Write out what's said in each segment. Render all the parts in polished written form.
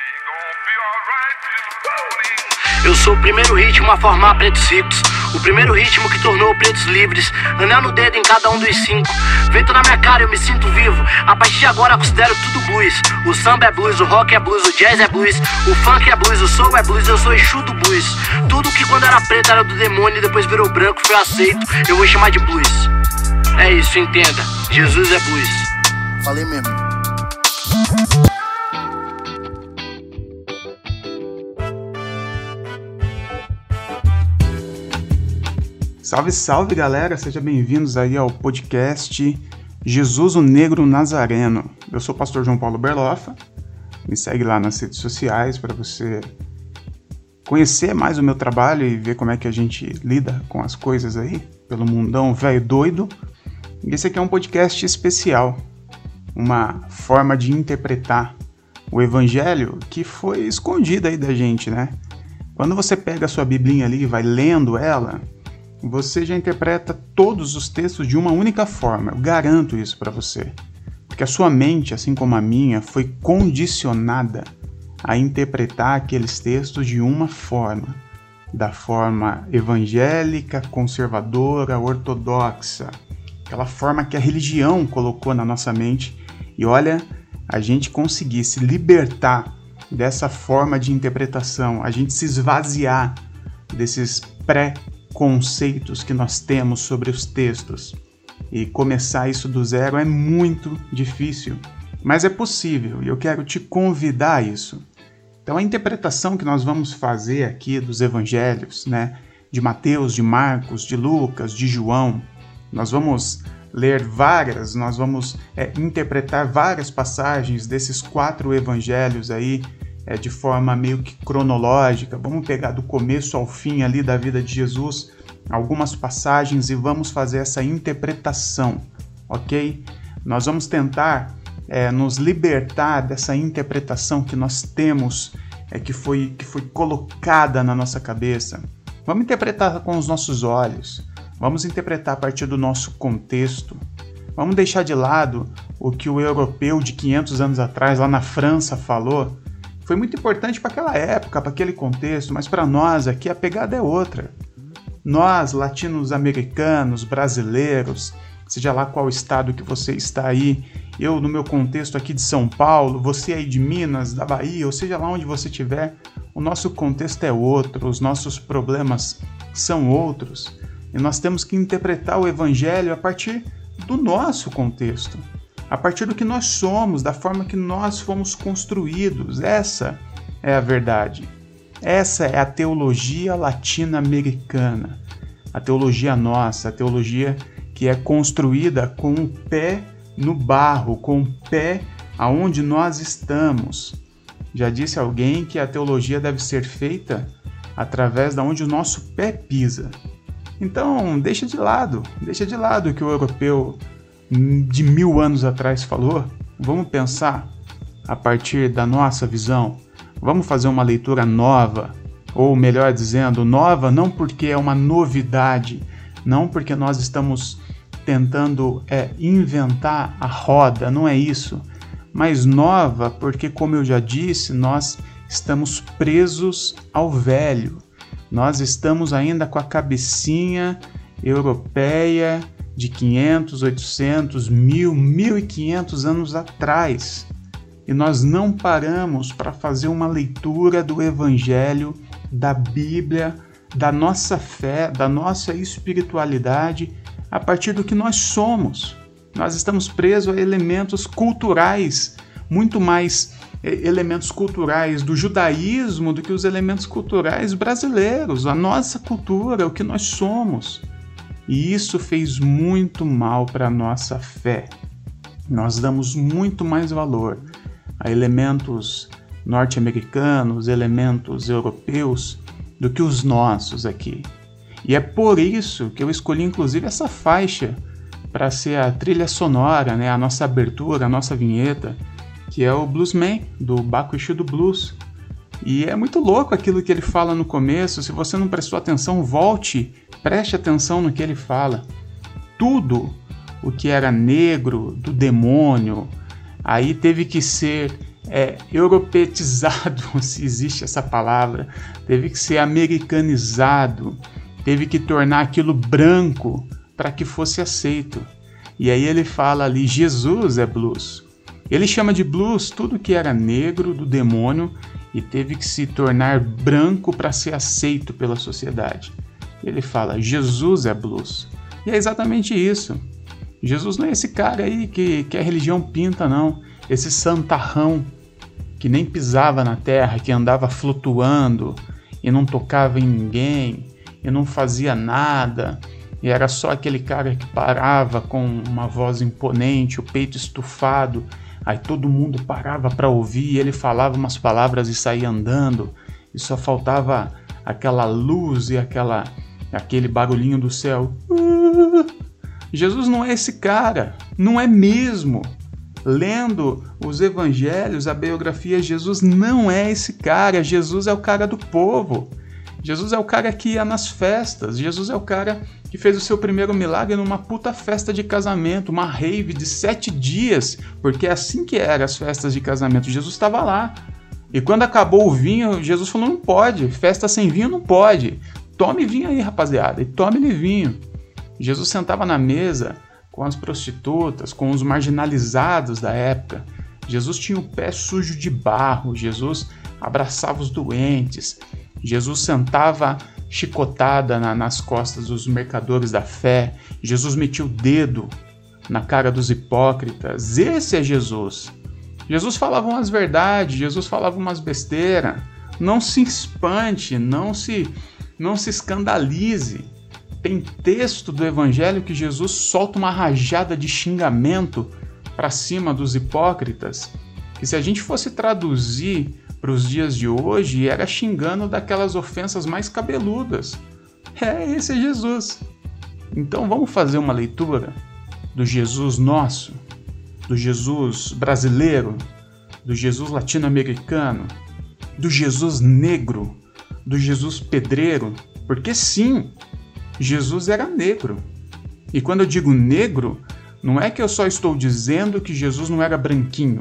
Eu sou o primeiro ritmo a formar pretos ricos, o primeiro ritmo que tornou pretos livres. Anel no dedo em cada um dos 5. Vento na minha cara, eu me sinto vivo. A partir de agora eu considero tudo blues. O samba é blues, o rock é blues, o jazz é blues, o funk é blues, o soul é blues. Eu sou Exu do blues. Tudo que quando era preto era do demônio e depois virou branco, foi aceito, eu vou chamar de blues. É isso, entenda, Jesus é blues. Falei mesmo. Salve, salve galera, sejam bem-vindos aí ao podcast Jesus o Negro Nazareno. Eu sou o pastor João Paulo Berloffa, me segue lá nas redes sociais para você conhecer mais o meu trabalho e ver como é que a gente lida com as coisas aí, pelo mundão velho doido. E esse aqui é um podcast especial, uma forma de interpretar o evangelho que foi escondido aí da gente, né? Quando você pega a sua biblinha ali e vai lendo ela, você já interpreta todos os textos de uma única forma, eu garanto isso para você. Porque a sua mente, assim como a minha, foi condicionada a interpretar aqueles textos de uma forma, da forma evangélica, conservadora, ortodoxa, aquela forma que a religião colocou na nossa mente. E olha, a gente conseguir se libertar dessa forma de interpretação, a gente se esvaziar desses conceitos que nós temos sobre os textos e começar isso do zero é muito difícil, mas é possível e eu quero te convidar a isso. Então a interpretação que nós vamos fazer aqui dos evangelhos, né, de Mateus, de Marcos, de Lucas, de João, nós vamos ler nós vamos interpretar várias passagens desses 4 evangelhos aí, de forma meio que cronológica. Vamos pegar do começo ao fim ali da vida de Jesus, algumas passagens, e vamos fazer essa interpretação, ok? Nós vamos tentar nos libertar dessa interpretação que nós temos, que foi colocada na nossa cabeça. Vamos interpretar com os nossos olhos, vamos interpretar a partir do nosso contexto. Vamos deixar de lado o que o europeu de 500 anos atrás, lá na França, falou. Foi muito importante para aquela época, para aquele contexto, mas para nós aqui a pegada é outra. Nós, latinos-americanos, brasileiros, seja lá qual estado que você está aí, eu no meu contexto aqui de São Paulo, você aí de Minas, da Bahia, ou seja lá onde você estiver, o nosso contexto é outro, os nossos problemas são outros, e nós temos que interpretar o evangelho a partir do nosso contexto, a partir do que nós somos, da forma que nós fomos construídos. Essa é a verdade. Essa é a teologia latino-americana, a teologia nossa, a teologia que é construída com o pé no barro, com o pé aonde nós estamos. Já disse alguém que a teologia deve ser feita através de onde o nosso pé pisa. Então, deixa de lado o que o europeu de 1000 anos atrás falou. Vamos pensar a partir da nossa visão. Vamos fazer uma leitura nova, ou melhor dizendo, nova não porque é uma novidade, não porque nós estamos tentando inventar a roda, não é isso, mas nova porque, como eu já disse, nós estamos presos ao velho, nós estamos ainda com a cabecinha europeia de 500, 800, 1000, 1500 anos atrás. E nós não paramos para fazer uma leitura do Evangelho, da Bíblia, da nossa fé, da nossa espiritualidade, a partir do que nós somos. Nós estamos presos a elementos culturais, muito mais elementos culturais do judaísmo do que os elementos culturais brasileiros, a nossa cultura, o que nós somos. E isso fez muito mal para a nossa fé. Nós damos muito mais valor a elementos norte-americanos, elementos europeus, do que os nossos aqui. E é por isso que eu escolhi inclusive essa faixa para ser a trilha sonora, né, a nossa abertura, a nossa vinheta, que é o Bluesman, do Baco Exu do Blues. E é muito louco aquilo que ele fala no começo. Se você não prestou atenção, preste atenção no que ele fala. Tudo o que era negro, do demônio, aí teve que ser europeizado, se existe essa palavra, teve que ser americanizado, teve que tornar aquilo branco para que fosse aceito. E aí ele fala ali, Jesus é blues. Ele chama de blues tudo que era negro do demônio e teve que se tornar branco para ser aceito pela sociedade. Ele fala, Jesus é blues. E é exatamente isso. Jesus não é esse cara aí que a religião pinta, não. Esse santarrão que nem pisava na terra, que andava flutuando e não tocava em ninguém e não fazia nada. E era só aquele cara que parava com uma voz imponente, o peito estufado. Aí todo mundo parava para ouvir e ele falava umas palavras e saía andando. E só faltava aquela luz e aquele barulhinho do céu. Jesus não é esse cara, não é mesmo. Lendo os evangelhos, a biografia, Jesus não é esse cara. Jesus é o cara do povo. Jesus é o cara que ia nas festas. Jesus é o cara que fez o seu primeiro milagre numa puta festa de casamento, uma rave de 7 dias, porque é assim que eram as festas de casamento. Jesus estava lá. E quando acabou o vinho, Jesus falou, não pode, festa sem vinho não pode. Tome vinho aí, rapaziada, e tome-lhe vinho. Jesus sentava na mesa com as prostitutas, com os marginalizados da época. Jesus tinha o pé sujo de barro, Jesus abraçava os doentes, Jesus sentava chicotada nas costas dos mercadores da fé, Jesus metia o dedo na cara dos hipócritas. Esse é Jesus. Jesus falava umas verdades, Jesus falava umas besteiras. Não se espante, não se escandalize. Tem texto do evangelho que Jesus solta uma rajada de xingamento para cima dos hipócritas, que se a gente fosse traduzir para os dias de hoje, era xingando daquelas ofensas mais cabeludas. Esse é Jesus. Então vamos fazer uma leitura do Jesus nosso, do Jesus brasileiro, do Jesus latino-americano, do Jesus negro, do Jesus pedreiro, porque sim, Jesus era negro. E quando eu digo negro, não é que eu só estou dizendo que Jesus não era branquinho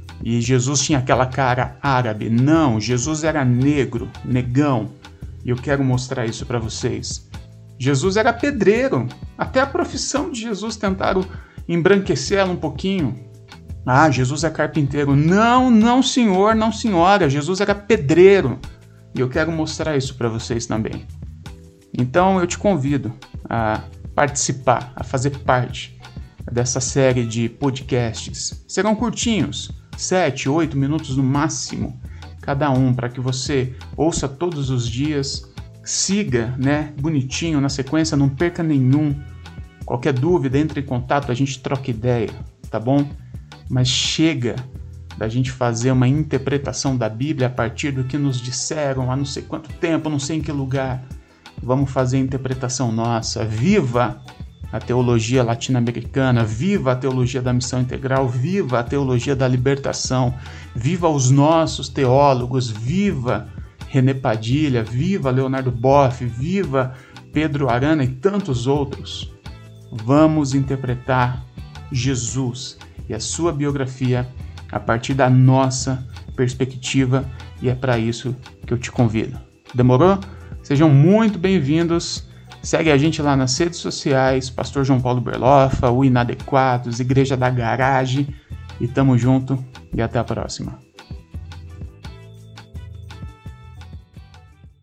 e Jesus tinha aquela cara árabe. Não, Jesus era negro, negão. E eu quero mostrar isso para vocês. Jesus era pedreiro. Até a profissão de Jesus tentaram embranquecer ela um pouquinho. Ah, Jesus é carpinteiro. Não, não senhor, não senhora. Jesus era pedreiro. E eu quero mostrar isso para vocês também. Então eu te convido a participar, a fazer parte dessa série de podcasts. Serão curtinhos, 7, 8 minutos no máximo, cada um, para que você ouça todos os dias, siga, bonitinho na sequência, não perca nenhum. Qualquer dúvida, entre em contato, a gente troca ideia, tá bom? Mas chega da gente fazer uma interpretação da Bíblia a partir do que nos disseram há não sei quanto tempo, não sei em que lugar. Vamos fazer a interpretação nossa. Viva a teologia latino-americana, viva a teologia da missão integral, viva a teologia da libertação, viva os nossos teólogos, viva René Padilha, viva Leonardo Boff, viva Pedro Arana e tantos outros. Vamos interpretar Jesus e a sua biografia a partir da nossa perspectiva, e é para isso que eu te convido. Demorou? Sejam muito bem-vindos. Segue a gente lá nas redes sociais, Pastor João Paulo Berloffa, o Inadequados, Igreja da Garagem, e tamo junto e até a próxima.